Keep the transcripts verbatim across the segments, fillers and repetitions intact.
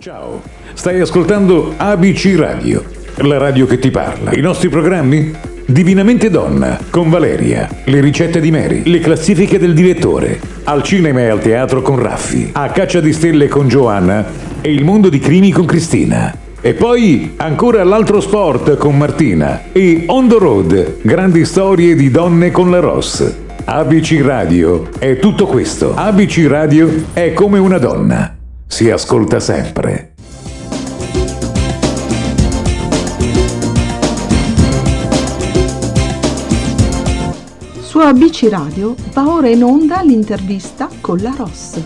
Ciao, stai ascoltando A B C Radio, la radio che ti parla. I nostri programmi? Divinamente Donna, con Valeria, le ricette di Mary, le classifiche del direttore, al cinema e al teatro con Raffi, a caccia di stelle con Giovanna e il mondo di crimi con Cristina. E poi ancora l'altro sport con Martina e On the Road, grandi storie di donne con la Ross. A B C Radio è tutto questo. A B C Radio è come una donna. Si ascolta sempre. Su A B C Radio va ora in onda l'intervista con la Ross.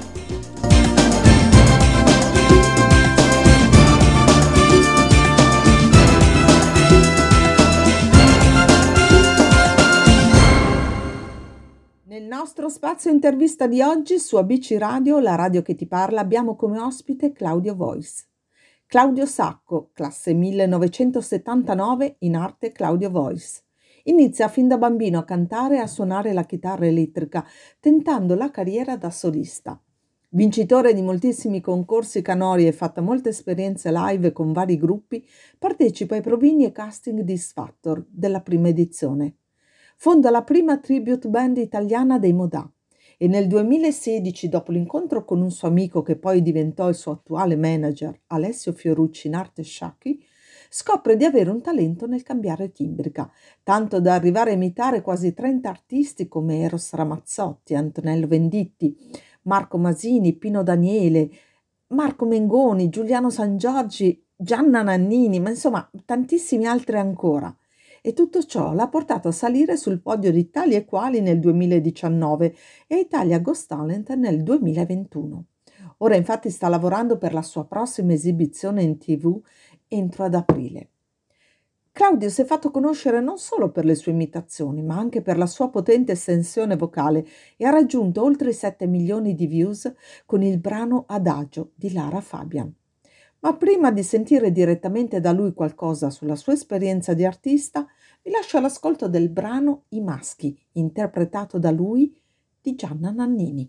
Nel nostro spazio intervista di oggi su A B C Radio, la radio che ti parla, abbiamo come ospite Claudio Voice. Claudio Sacco, classe millenovecentosettantanove, in arte Claudio Voice. Inizia fin da bambino a cantare e a suonare la chitarra elettrica, tentando la carriera da solista. Vincitore di moltissimi concorsi canori e fatta molte esperienze live con vari gruppi, partecipa ai provini e casting di X Factor della prima edizione. Fonda la prima tribute band italiana dei Modà e nel duemilasedici, dopo l'incontro con un suo amico che poi diventò il suo attuale manager, Alessio Fiorucci in arte Sciacchi, scopre di avere un talento nel cambiare timbrica, tanto da arrivare a imitare quasi trenta artisti come Eros Ramazzotti, Antonello Venditti, Marco Masini, Pino Daniele, Marco Mengoni, Giuliano Sangiorgi, Gianna Nannini, ma insomma tantissimi altri ancora. E tutto ciò l'ha portato a salire sul podio di Tali e Quali nel duemiladiciannove e a Italia Ghost Talent nel duemilaventuno. Ora infatti sta lavorando per la sua prossima esibizione in tivù entro ad aprile. Claudio si è fatto conoscere non solo per le sue imitazioni, ma anche per la sua potente estensione vocale e ha raggiunto oltre i sette milioni di views con il brano Adagio di Lara Fabian. Ma prima di sentire direttamente da lui qualcosa sulla sua esperienza di artista, vi lascio all'ascolto del brano I Maschi, interpretato da lui, di Gianna Nannini.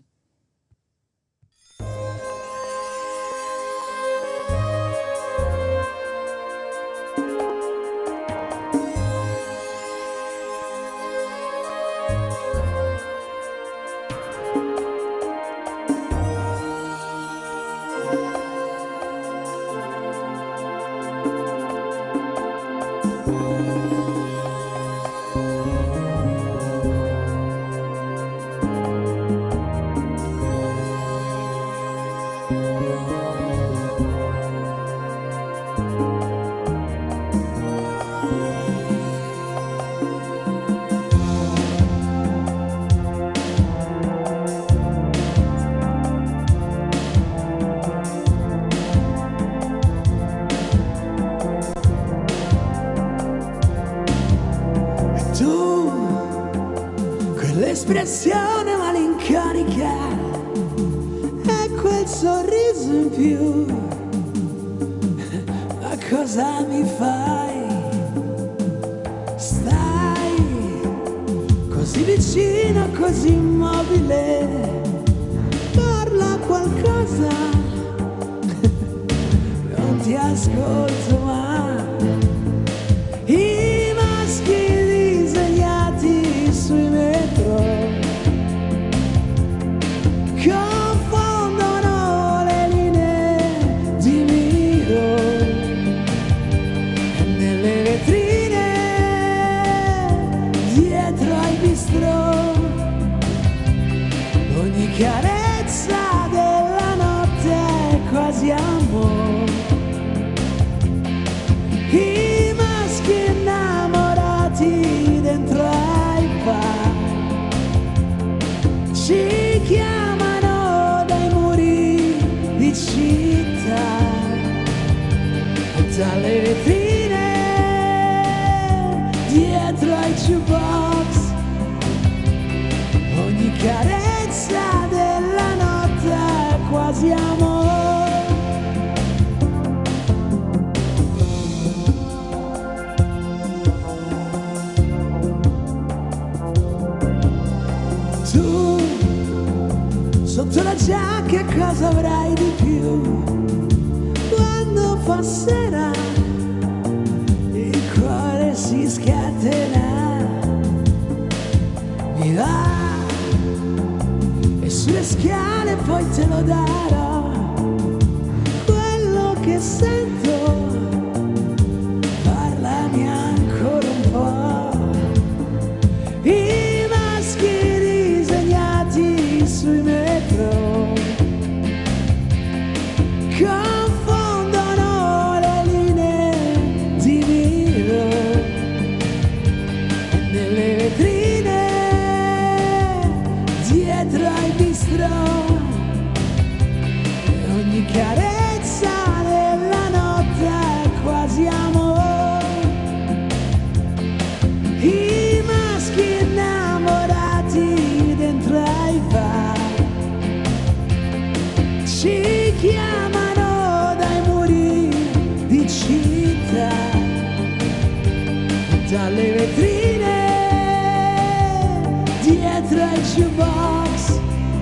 Espressione malinconica e quel sorriso in più, ma cosa mi fai? Stai così vicino, così immobile, parla qualcosa, non ti ascolto mai. I maschi disegnati sui metro confondono le linee di miro e nelle vetrine dietro ai bistrò ogni carezza della notte è quasi amore. I maschi innamorati dentro ai bar ci chiamano dai muri di città e dalle vetrine dietro ai jukebox ogni carezza della notte è quasi amore. Tu sotto la giacca cosa avrai di più? quando fa sera il cuore si scatena, mi va e sulle scale poi te lo darò quello che sento. Parlami ancora un po'. I maschi disegnati sui metro confondono le linee di Milo e nelle vetrine dietro ai bistro e ogni carezza della notte è quasi amore. I maschi innamorati dentro ai bar ci chiamano dai muri di città, dalle vetrine dietro ai jukebox,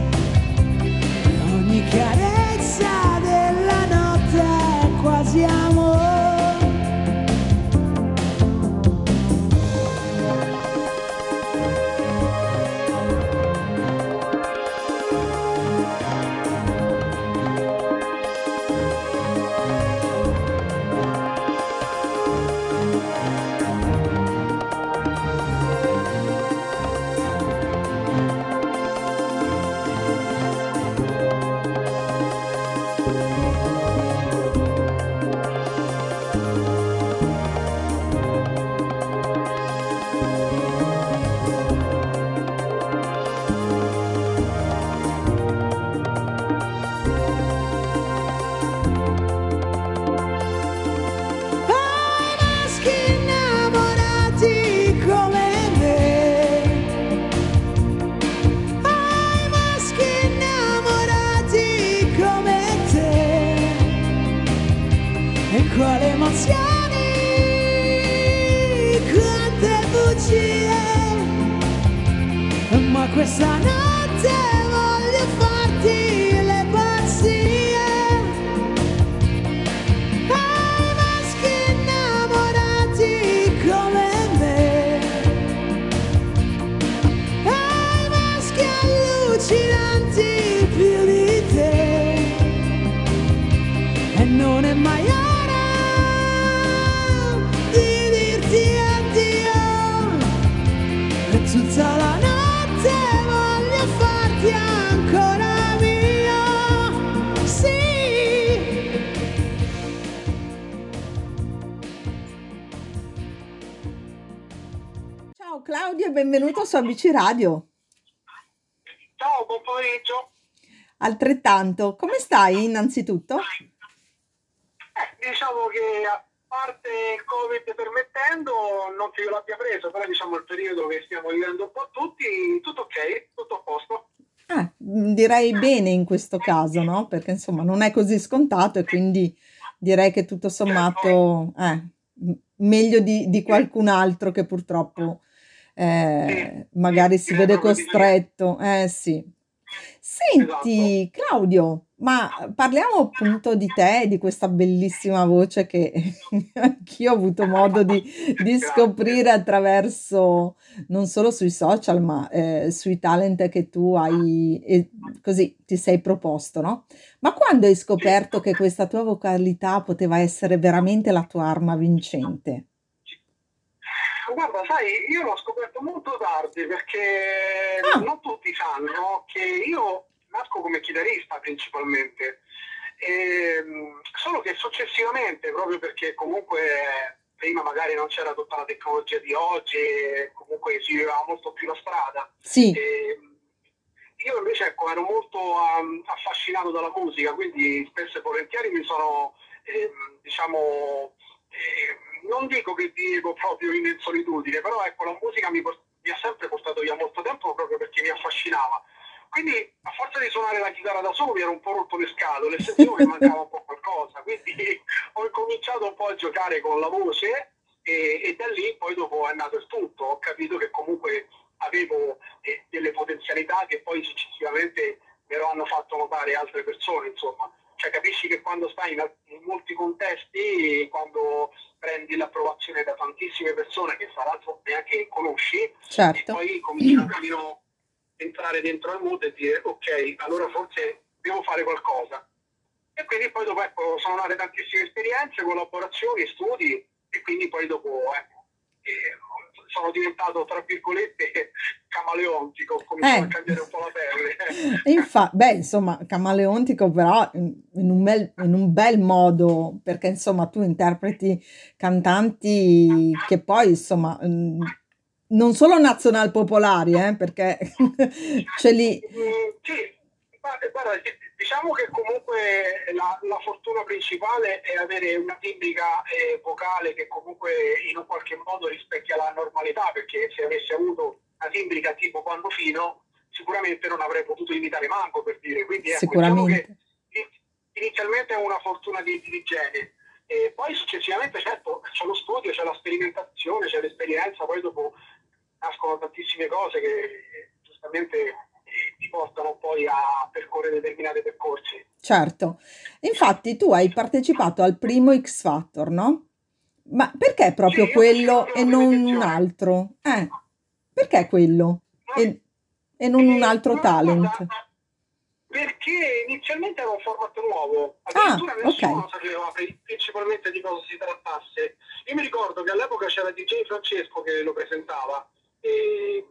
ogni carezza della notte è quasi amore. Quale emozioni, quante bugie, ma questa notte voglio farti le pazzie. Ai maschi innamorati come me, ai maschi allucinanti più di te, e non è mai tutta la notte voglio farti ancora mio, sì. Ciao Claudio e benvenuto su A B C Radio. Ciao, buon pomeriggio. Altrettanto, come stai innanzitutto? Eh, diciamo che a parte il Covid permettendo, non che io l'abbia preso, però diciamo il periodo che stiamo vivendo un po' tutti, tutto ok, tutto a posto. Eh, direi bene in questo caso, no? Perché insomma non è così scontato e quindi direi che tutto sommato eh, m- meglio di, di qualcun altro che purtroppo eh, magari si vede costretto. Eh sì. Senti, Claudio, ma parliamo appunto di te, di questa bellissima voce che anch'io ho avuto modo di, di scoprire attraverso non solo sui social, ma eh, sui talent che tu hai, e così ti sei proposto, no? Ma quando hai scoperto che questa tua vocalità poteva essere veramente la tua arma vincente? Guarda, sai, io l'ho scoperto molto tardi perché Ah, non tutti sanno che io nasco come chitarrista principalmente, Ehm, solo che successivamente, proprio perché comunque prima magari non c'era tutta la tecnologia di oggi e comunque si viveva molto più la strada, sì, ehm, io invece ecco, ero molto um, affascinato dalla musica, quindi spesso e volentieri mi sono, ehm, diciamo, ehm, non dico che vivo proprio in solitudine, però ecco, la musica mi, port- mi ha sempre portato via molto tempo proprio perché mi affascinava. Quindi a forza di suonare la chitarra da solo mi ero un po' rotto le scatole e sentivo che mancava un po' qualcosa, quindi ho incominciato un po' a giocare con la voce e, e da lì poi dopo è nato il tutto, ho capito che comunque avevo delle potenzialità che poi successivamente me lo hanno fatto notare altre persone, insomma. cioè capisci che quando stai in, in molti contesti, quando prendi l'approvazione da tantissime persone che fra l'altro neanche conosci, certo. e poi cominci un pochino a entrare dentro al mood e dire ok, allora forse devo fare qualcosa. E quindi poi dopo ecco, sono nate tantissime esperienze, collaborazioni, studi, e quindi poi dopo ecco, eh, sono diventato tra virgolette camaleontico, ho cominciato Eh. a cambiare un po' la pelle. Infa- beh, insomma, camaleontico, però in in un bel, in un bel modo, perché insomma tu interpreti cantanti che poi insomma mm, non solo nazional popolari, eh, perché ce li... Mm, sì, guarda, guarda, di- diciamo che comunque la, la fortuna principale è avere una timbrica eh, vocale che comunque in un qualche modo rispecchia la normalità, perché se avessi avuto una timbrica tipo Pandolfino sicuramente non avrei potuto imitare Mango, per dire. Quindi ecco, diciamo che Sicuramente. inizialmente è una fortuna di, di genere. E poi successivamente certo c'è lo studio, c'è la sperimentazione, c'è l'esperienza, poi dopo nascono tantissime cose che eh, giustamente eh, ti portano poi a percorrere determinati percorsi. Certo. Infatti tu hai partecipato al primo X Factor, no? Ma perché Sì, proprio io feci quello proprio e la prima non un edizione. altro? Eh, perché quello No, e, e non un eh, altro no, talent? guarda, perché inizialmente era un format nuovo, Ah, addirittura ok. nessuno sapeva pri- principalmente di cosa si trattasse. Io mi ricordo che all'epoca c'era D J Francesco che lo presentava e,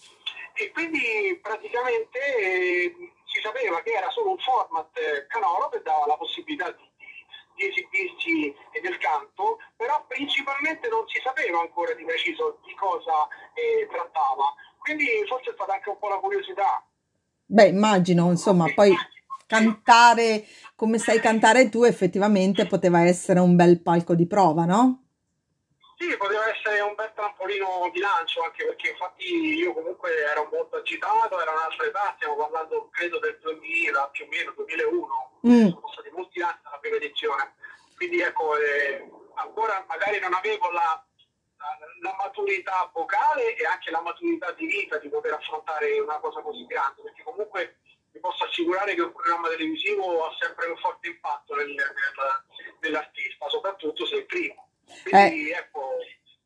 e quindi praticamente eh, si sapeva che era solo un format eh, canoro che dava la possibilità di, di esibirsi nel canto, però principalmente non si sapeva ancora di preciso di cosa eh, trattava. Quindi forse è stata anche un po' la curiosità. Beh, immagino, insomma, poi cantare come sai cantare tu effettivamente poteva essere un bel palco di prova, no? Sì, poteva essere un bel trampolino di lancio, anche perché infatti io comunque ero molto agitato, era un'altra età, stiamo parlando credo del duemila, più o meno duemilauno, Mm, sono stati molti anni dalla prima edizione, quindi ecco, eh, ancora magari non avevo la, la, la maturità vocale e anche la maturità di vita di poter affrontare una cosa così grande, perché comunque vi posso assicurare che un programma televisivo ha sempre un forte impatto nel, nel, nell'artista, soprattutto se è il primo. eh, Quindi ecco,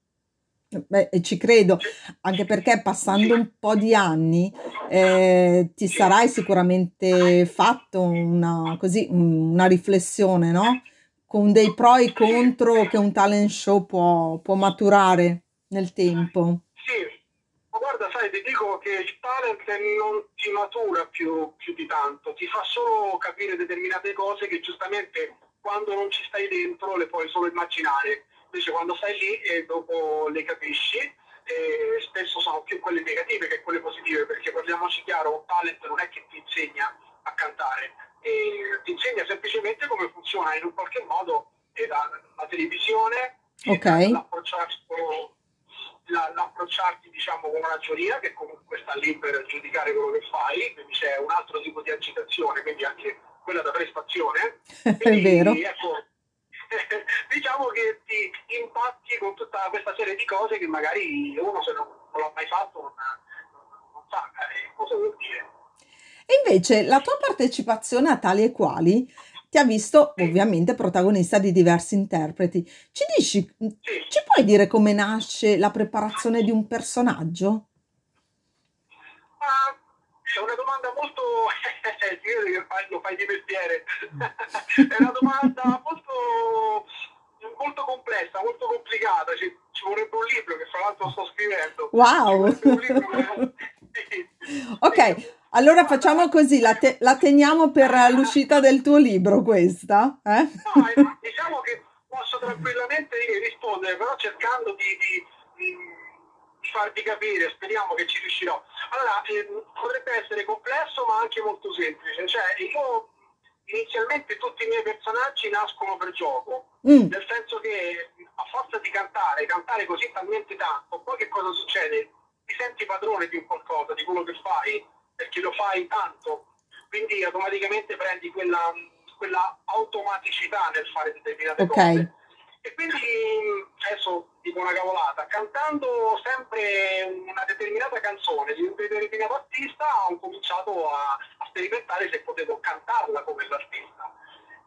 beh, e ci credo, sì, anche perché sì, passando un po' di anni eh, ti sì, sarai sicuramente fatto una, così, un- una riflessione, no? Con dei pro e sì, contro che un talent show può, può maturare nel tempo. sì. Ma guarda, sai, ti dico che il talent non ti matura più, più di tanto, ti fa solo capire determinate cose che giustamente quando non ci stai dentro le puoi solo immaginare. Invece quando stai lì e dopo le capisci, e spesso sono più quelle negative che quelle positive, perché parliamoci chiaro, un talent non è che ti insegna a cantare, e ti insegna semplicemente come funziona in un qualche modo eh, la, la televisione, e Ok? la- l'approcciarsi con- la- l'approcciarti diciamo con una giuria che comunque sta lì per giudicare quello che fai, quindi c'è un altro tipo di agitazione, quindi anche quella da prestazione. È Quindi vero. ecco, diciamo che ti impatti con tutta questa serie di cose che magari uno se non, non l'ha mai fatto non, non- non sa eh, cosa vuol dire. E invece la tua partecipazione a Tali e Quali ti ha visto Sì, ovviamente protagonista di diversi interpreti. Ci dici, sì. ci puoi dire come nasce la preparazione di un personaggio? Ma è una domanda molto, si vede che fai- lo fai di mestiere, è una domanda molto, molto complessa, molto complicata, ci, ci vorrebbe un libro che fra l'altro sto scrivendo, ci Wow! vorrebbe un libro per... Sì, sì. Ok, allora facciamo Guarda, così, la, te- la teniamo per l'uscita del tuo libro questa, eh? no, eh, diciamo che posso tranquillamente rispondere, però cercando di, di- di- di farvi capire, speriamo che ci riuscirò. Allora, ehm, potrebbe essere complesso ma anche molto semplice, cioè io inizialmente tutti i miei personaggi nascono per gioco, Mm, nel senso che a forza di cantare, cantare così talmente tanto, poi che cosa succede? Ti senti padrone di un qualcosa, di quello che fai, perché lo fai tanto, quindi automaticamente prendi quella, quella automaticità nel fare determinate ok, cose. E quindi adesso dico una cavolata, cantando sempre una determinata canzone di un determinato artista ho cominciato a, a sperimentare se potevo cantarla come l'artista.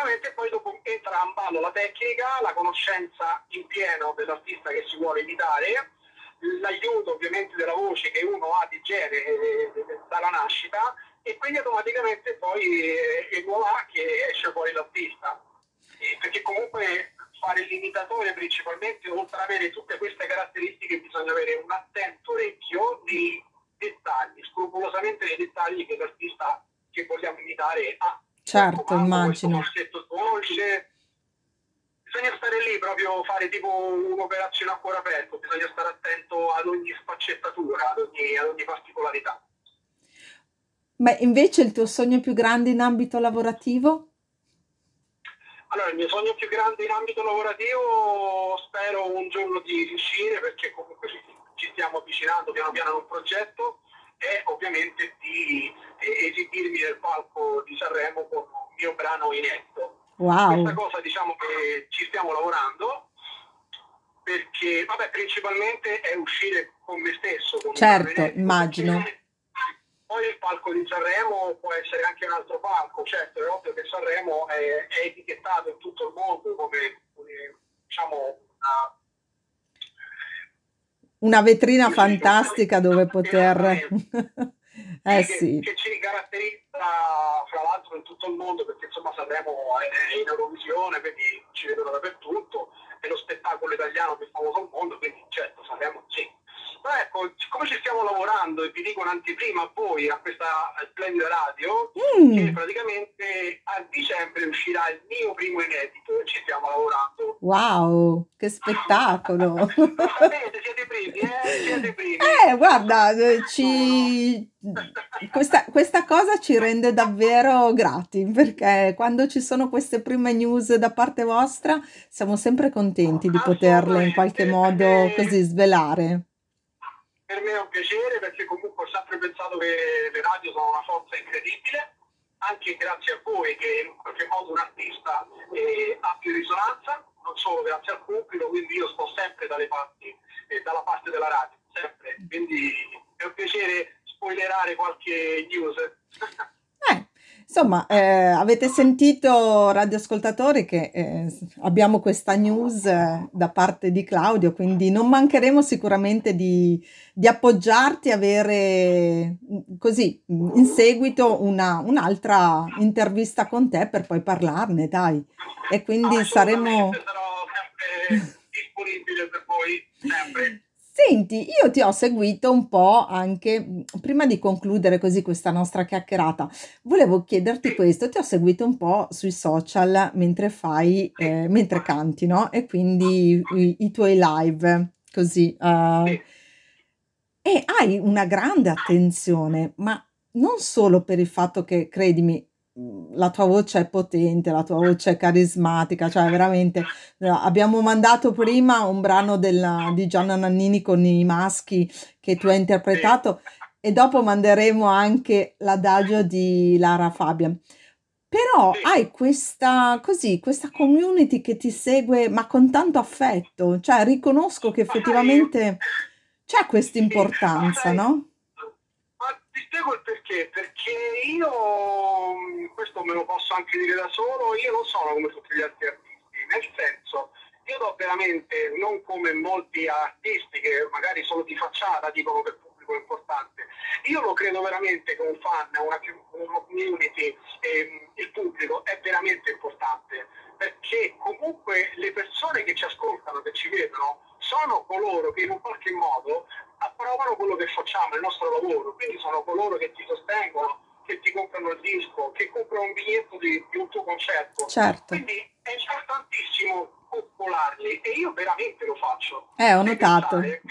praticamente poi dopo entra in ballo la tecnica, la conoscenza in pieno dell'artista che si vuole imitare, l'aiuto ovviamente della voce che uno ha di genere eh, dalla nascita, e quindi automaticamente poi eh, è voilà che esce fuori l'artista. Eh, perché comunque fare l'imitatore principalmente, oltre ad avere tutte queste caratteristiche, bisogna avere un attento orecchio nei dettagli, scrupolosamente nei dettagli che l'artista che vogliamo imitare ha. Certo, Comando, immagino. questo falsetto dolce, bisogna stare lì proprio, fare tipo un'operazione a cuore aperto, bisogna stare attento ad ogni sfaccettatura, ad ogni, ad ogni particolarità. Ma invece il tuo sogno più grande in ambito lavorativo? Allora, il mio sogno più grande in ambito lavorativo, spero un giorno di riuscire, perché comunque ci, ci stiamo avvicinando piano piano ad un progetto, è ovviamente di eh, esibirmi nel palco di Sanremo con un mio brano inedito. Wow, Questa cosa diciamo che ci stiamo lavorando, perché vabbè, principalmente è uscire con me stesso, con un brano certo, inedito, immagino. perché poi il palco di Sanremo può essere anche un altro palco. Certo, è ovvio che Sanremo è, è etichettato in tutto il mondo come, come, diciamo, una, Una vetrina come si dice, un- fantastica dove poter... esattamente. Eh Sì, che, sì, che ci caratterizza fra l'altro in tutto il mondo, perché insomma Sanremo è, è in Eurovisione, quindi ci vedono dappertutto, è lo spettacolo italiano più famoso al mondo, quindi certo Sanremo sì. Però ecco, siccome ci stiamo lavorando, e vi dico un'anteprima a voi, a questa splendida radio, che Mm, praticamente a dicembre uscirà il mio primo inedito, e ci stiamo lavorando. wow, che spettacolo! Lo sapete, siete i primi, eh? Siete i primi. Eh, Lo guarda, sapete eh, nessuno. ci... questa, questa cosa ci rende davvero grati, perché quando ci sono queste prime news da parte vostra siamo sempre contenti di poterle in qualche Assolutamente, modo perché così svelare. per me è un piacere, perché comunque ho sempre pensato che le radio sono una forza incredibile, anche grazie a voi che in qualche modo un artista eh, ha più risonanza, non solo grazie al pubblico, quindi io sto sempre dalle parti, eh, dalla parte della radio, sempre, quindi è un piacere spoilerare qualche news. Eh, insomma, eh, avete sentito, radioascoltatori, che eh, s- abbiamo questa news eh, da parte di Claudio, quindi non mancheremo sicuramente di, di appoggiarti, avere mm, così mm, in seguito una, un'altra intervista con te per poi parlarne, dai. E quindi saremo... Assolutamente, sarò sempre disponibile per voi, sempre. Senti, io ti ho seguito un po' anche, mh, prima di concludere così questa nostra chiacchierata, volevo chiederti Sì, questo, ti ho seguito un po' sui social mentre fai, sì, eh, mentre canti, no? E quindi i, i tuoi live, così. eh, sì. e hai una grande attenzione, ma non solo per il fatto che, credimi, mh, la tua voce è potente, la tua voce è carismatica, cioè veramente eh, abbiamo mandato prima un brano della- di Gianna Nannini con i maschi che tu hai Sì, interpretato e dopo manderemo anche l'adagio di Lara Fabian. Però sì, hai questa, così, questa community che ti segue, ma con tanto affetto, cioè riconosco che ma sai, effettivamente c'è questa sì, ma importanza, sai, no? ma ti spiego il perché, perché io, mh, questo me lo posso anche dire da solo, io non sono come tutti gli altri artisti, nel senso, io do veramente, non come molti artisti che magari solo di facciata dicono che il pubblico è importante, io lo credo veramente che un fan, una, una community, ehm, il pubblico è veramente importante, perché comunque le persone che ci ascoltano, che ci vedono, sono coloro che in un qualche modo approvano quello che facciamo, il nostro lavoro, quindi sono coloro che ti sostengono, che ti comprano il disco, che comprano un biglietto di, di un tuo concerto. Certo, Quindi è importantissimo coccolarli, e io veramente lo faccio. eh, ho Devi notato. pensare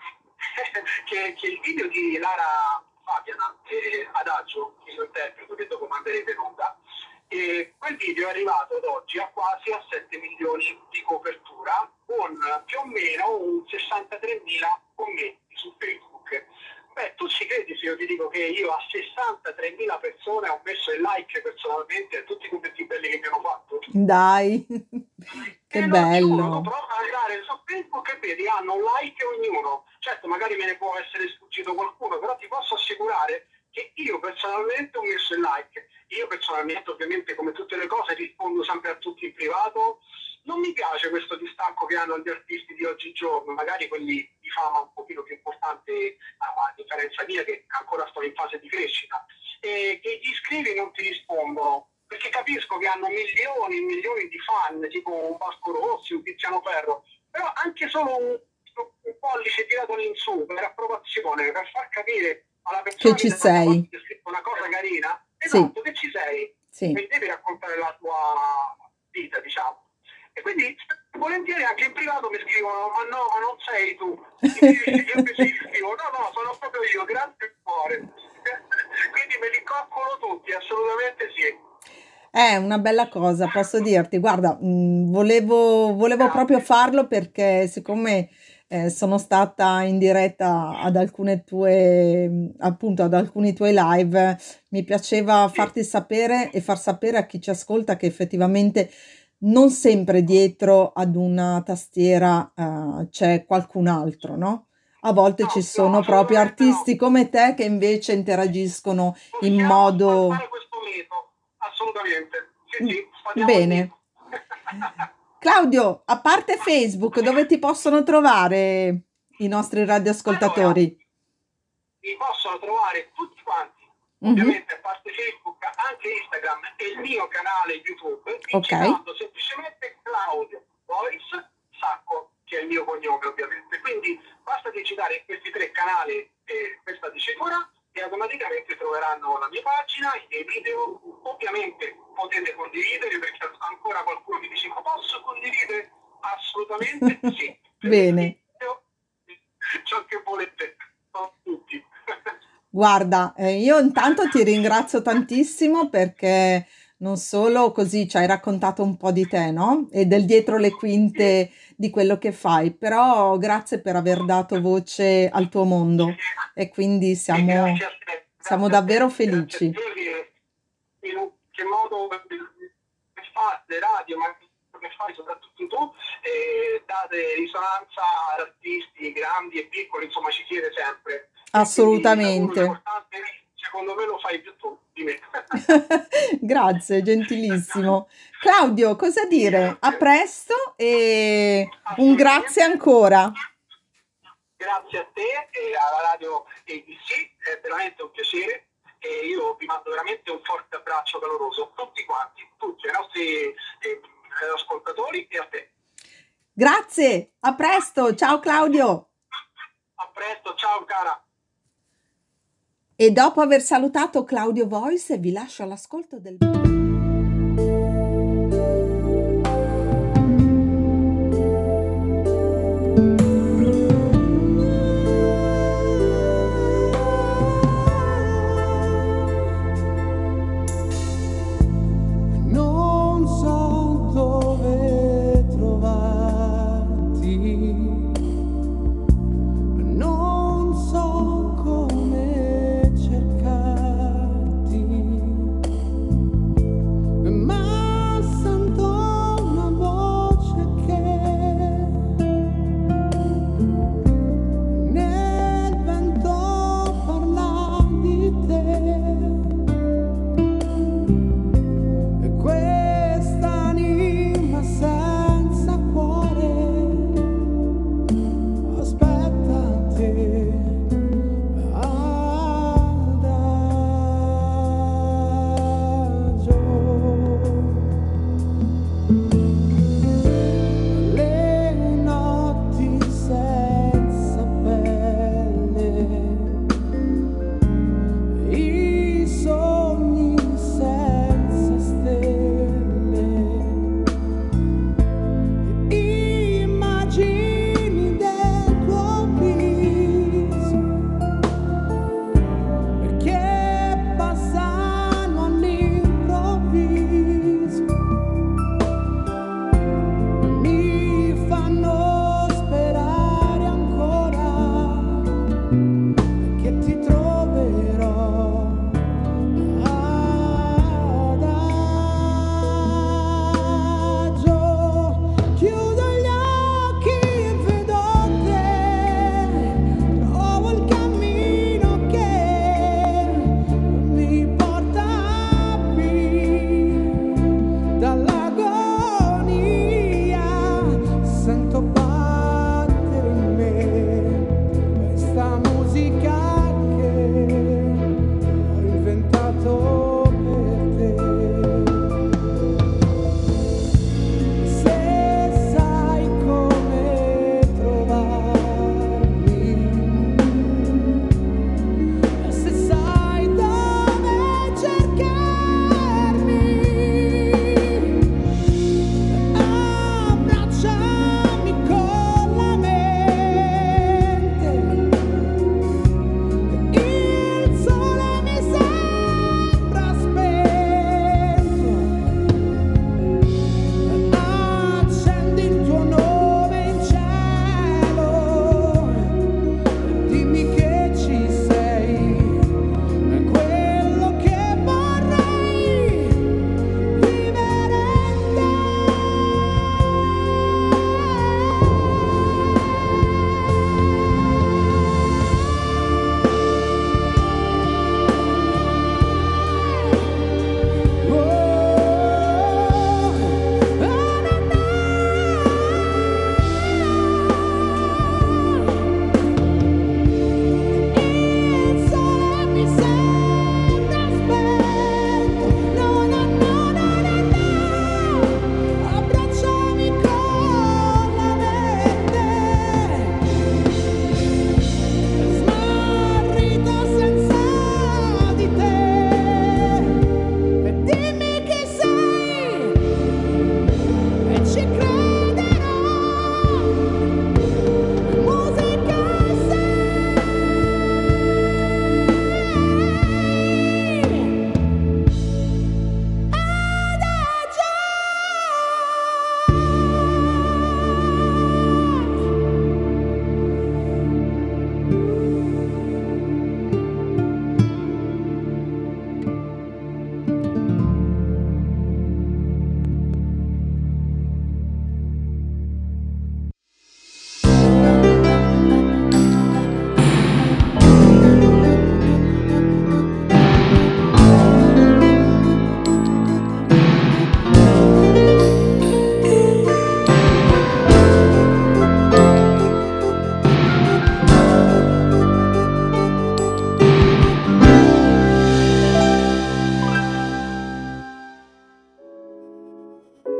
che, che il video di Lara Fabiana e Adagio, che io interpreto, che dopo manderete in onda, e quel video è arrivato ad oggi a quasi a sette milioni di copertura, con più o meno un sessantatremila commenti su Facebook. Beh, tu ci credi se io ti dico che io a sessantatremila persone ho messo il like personalmente a tutti i commenti belli che mi hanno fatto? Dai, che Te lo giuro, tu bello. prova ad andare su Facebook e vedi, hanno un like ognuno. Certo, magari me ne può essere sfuggito qualcuno, però ti posso assicurare che io personalmente ho messo il like. Io personalmente, ovviamente, come tutte le cose, rispondo sempre a tutti in privato. Non mi piace questo distacco che hanno gli artisti di oggigiorno, magari quelli di fama un pochino più importanti, a differenza mia che ancora sto in fase di crescita, e che gli scrivi non ti rispondono, perché capisco che hanno milioni e milioni di fan, tipo un Vasco Rossi, un Tiziano Ferro, però anche solo un, un pollice tirato all'insù per approvazione, per far capire alla persona che ci sei, che ha scritto una cosa carina, sì, esatto, che ci sei, sì. e devi raccontare la tua vita, diciamo. E quindi volentieri anche in privato mi scrivono: ma no, ma non sei tu. Io mi scrivo: no, no, sono proprio io, grazie cuore. Quindi me li coccolo tutti, assolutamente sì. È una bella cosa, posso dirti. Guarda, mh, volevo, volevo proprio Grazie. farlo perché siccome eh, sono stata in diretta ad alcune tue, mh, appunto ad alcuni tuoi live, mi piaceva Sì, farti sapere e far sapere a chi ci ascolta che effettivamente non sempre dietro ad una tastiera eh, c'è qualcun altro, no? A volte ci no, no, sono proprio assolutamente no. artisti come te che invece interagiscono in Possiamo modo sfatare questo mito, assolutamente. Sì, mm, sì, sfatiamo il bene. mito. Claudio, a parte Facebook, dove ti possono trovare i nostri Allora, radioascoltatori? mi possono trovare tutti quanti, Mhm, ovviamente a parte Facebook, anche Instagram e il mio canale YouTube, ok, digitando semplicemente Claudio Voice Sacco, che è il mio cognome ovviamente. Quindi basta digitare questi tre canali e questa dicitura e automaticamente troveranno la mia pagina, i miei video. Ovviamente potete condividere, perché ancora qualcuno mi dice: ma posso condividere? Assolutamente sì. Per il bene. video, ciò che volete, sono tutti. Guarda, eh, io intanto ti ringrazio tantissimo perché non solo così ci hai raccontato un po' di te, no? E del dietro le Sì. quinte di quello che fai, però grazie per aver dato voce al tuo mondo e quindi E grazie siamo, a te, siamo grazie a davvero te, grazie a felici. te che in un che modo che fa le radio, ma che fai soprattutto tu, eh, date risonanza ad artisti grandi e piccoli, insomma ci siete sempre. E quindi il lavoro Assolutamente. importante, secondo me, lo fai più tu di me. Grazie, gentilissimo. Claudio, cosa dire? A Niente, presto e un grazie assolutamente. ancora. Grazie a te e alla radio A B C, è veramente un piacere e io vi mando veramente un forte abbraccio caloroso, tutti quanti, tutti i nostri eh, ascoltatori e a te. Grazie, a presto. Ciao Claudio. A presto, ciao cara. E dopo aver salutato Claudio Voice, vi lascio all'ascolto del